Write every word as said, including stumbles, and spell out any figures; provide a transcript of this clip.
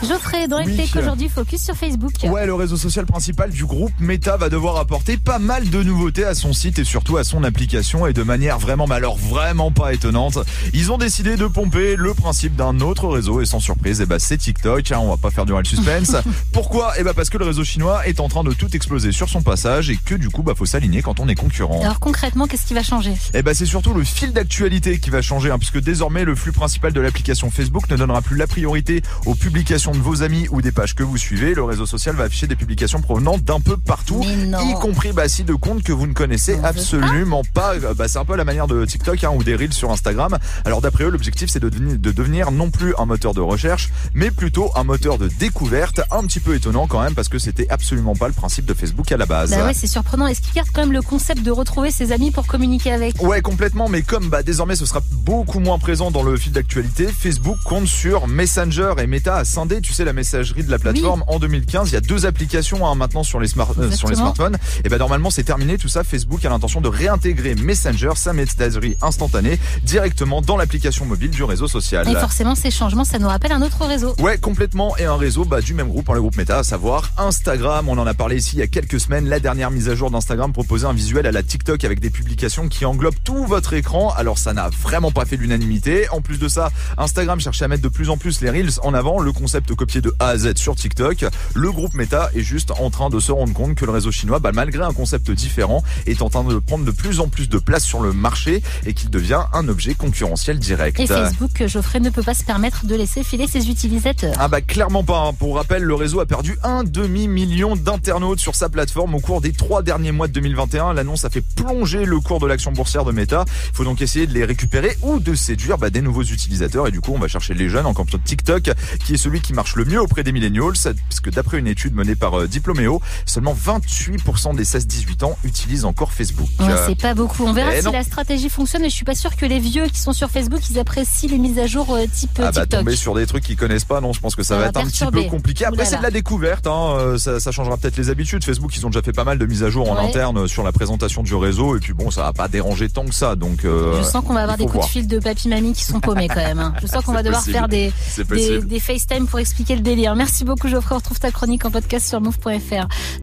Geoffrey, dans Oui. L T K aujourd'hui, focus sur Facebook. Ouais, le réseau social principal du groupe Meta va devoir apporter pas mal de nouveautés à son site et surtout à son application, et de manière vraiment, mais alors vraiment pas étonnante. Ils ont décidé de pomper le principe d'un autre réseau et sans surprise, eh ben c'est TikTok. Hein, on va pas faire durer le suspense. Pourquoi ? Eh ben parce que le réseau chinois est en train de tout exploser sur son passage et que du coup, bah faut s'aligner quand on est concurrent. Alors concrètement, qu'est-ce qui va changer ? Eh ben c'est surtout le fil d'actualité qui va changer, hein, puisque désormais le flux principal de l'application Facebook ne donnera plus la priorité aux publications de vos amis ou des pages que vous suivez. Le réseau social va afficher des publications provenant d'un peu partout, y compris bah, si de comptes que vous ne connaissez absolument pas. Bah, c'est un peu la manière de TikTok hein, ou des Reels sur Instagram. Alors d'après eux, l'objectif c'est de devenir, de devenir non plus un moteur de recherche, mais plutôt un moteur de découverte. Un petit peu étonnant quand même, parce que c'était absolument pas le principe de Facebook à la base. Bah ouais, c'est surprenant. Est-ce qu'ils gardent quand même le concept de retrouver ses amis pour communiquer avec ? Ouais, complètement, mais comme bah, désormais ce sera beaucoup moins présent dans le fil d'actualité, Facebook compte sur Messenger et Meta a scindé, tu sais, la messagerie de la plateforme oui. en deux mille quinze. Il y a deux applications hein, maintenant sur les, smart- euh, sur les smartphones. Et bah normalement c'est terminé tout ça. Facebook a l'intention de réintégrer Messenger, sa messagerie instantanée, directement dans l'application mobile du réseau social. Et forcément ces changements, ça nous rappelle un autre réseau. Ouais, complètement, et un réseau bah, du même groupe, hein, le groupe Meta, à savoir Instagram. On en a parlé ici il y a quelques semaines. La dernière mise à jour d'Instagram proposait un visuel à la TikTok avec des publications qui englobent tout votre écran. Alors ça n'a vraiment pas fait l'unanimité. En plus de ça, Instagram cherchait à mettre de plus en plus les Reels en avant, le concept copié de A à Z sur TikTok. Le groupe Meta est juste en train de se rendre compte que le réseau chinois, bah, malgré un concept différent, est en train de prendre de plus en plus de place sur le marché et qu'il devient un objet concurrentiel direct. Et Facebook, Geoffrey, ne peut pas se permettre de laisser filer ses utilisateurs. Ah bah clairement pas. Pour rappel, le réseau a perdu un demi-million d'internautes sur sa plateforme au cours des trois derniers mois de deux mille vingt et un. L'annonce a fait plonger le cours de l'action boursière de Meta. Il faut donc essayer de les récupérer ou de séduire bah, des nouveaux utilisateurs. Et du coup, on va chercher les jeunes en compte TikTok, qui est celui qui marche le mieux auprès des millennials, puisque d'après une étude menée par euh, Diplomeo, seulement vingt-huit pour cent des seize à dix-huit ans utilisent encore Facebook. Ouais, c'est pas beaucoup. On verra eh si non. la stratégie fonctionne, mais je suis pas sûr que les vieux qui sont sur Facebook, ils apprécient les mises à jour euh, type ah bah, TikTok. Tomber sur des trucs qu'ils connaissent pas, non, je pense que ça, ça va, va être perturber. un petit peu compliqué. Après, Oulala. c'est de la découverte, hein. ça, ça changera peut-être les habitudes. Facebook, ils ont déjà fait pas mal de mises à jour en ouais. interne sur la présentation du réseau, et puis bon, ça va pas déranger tant que ça. Donc, euh, je sens qu'on va avoir des coups voir. de fil de papy-mamie qui sont paumés quand même. Hein. Je sens qu'on va devoir possible. faire des, des, des FaceTime pour expliquer le délire. Merci beaucoup, Geoffrey. On retrouve ta chronique en podcast sur move point f r.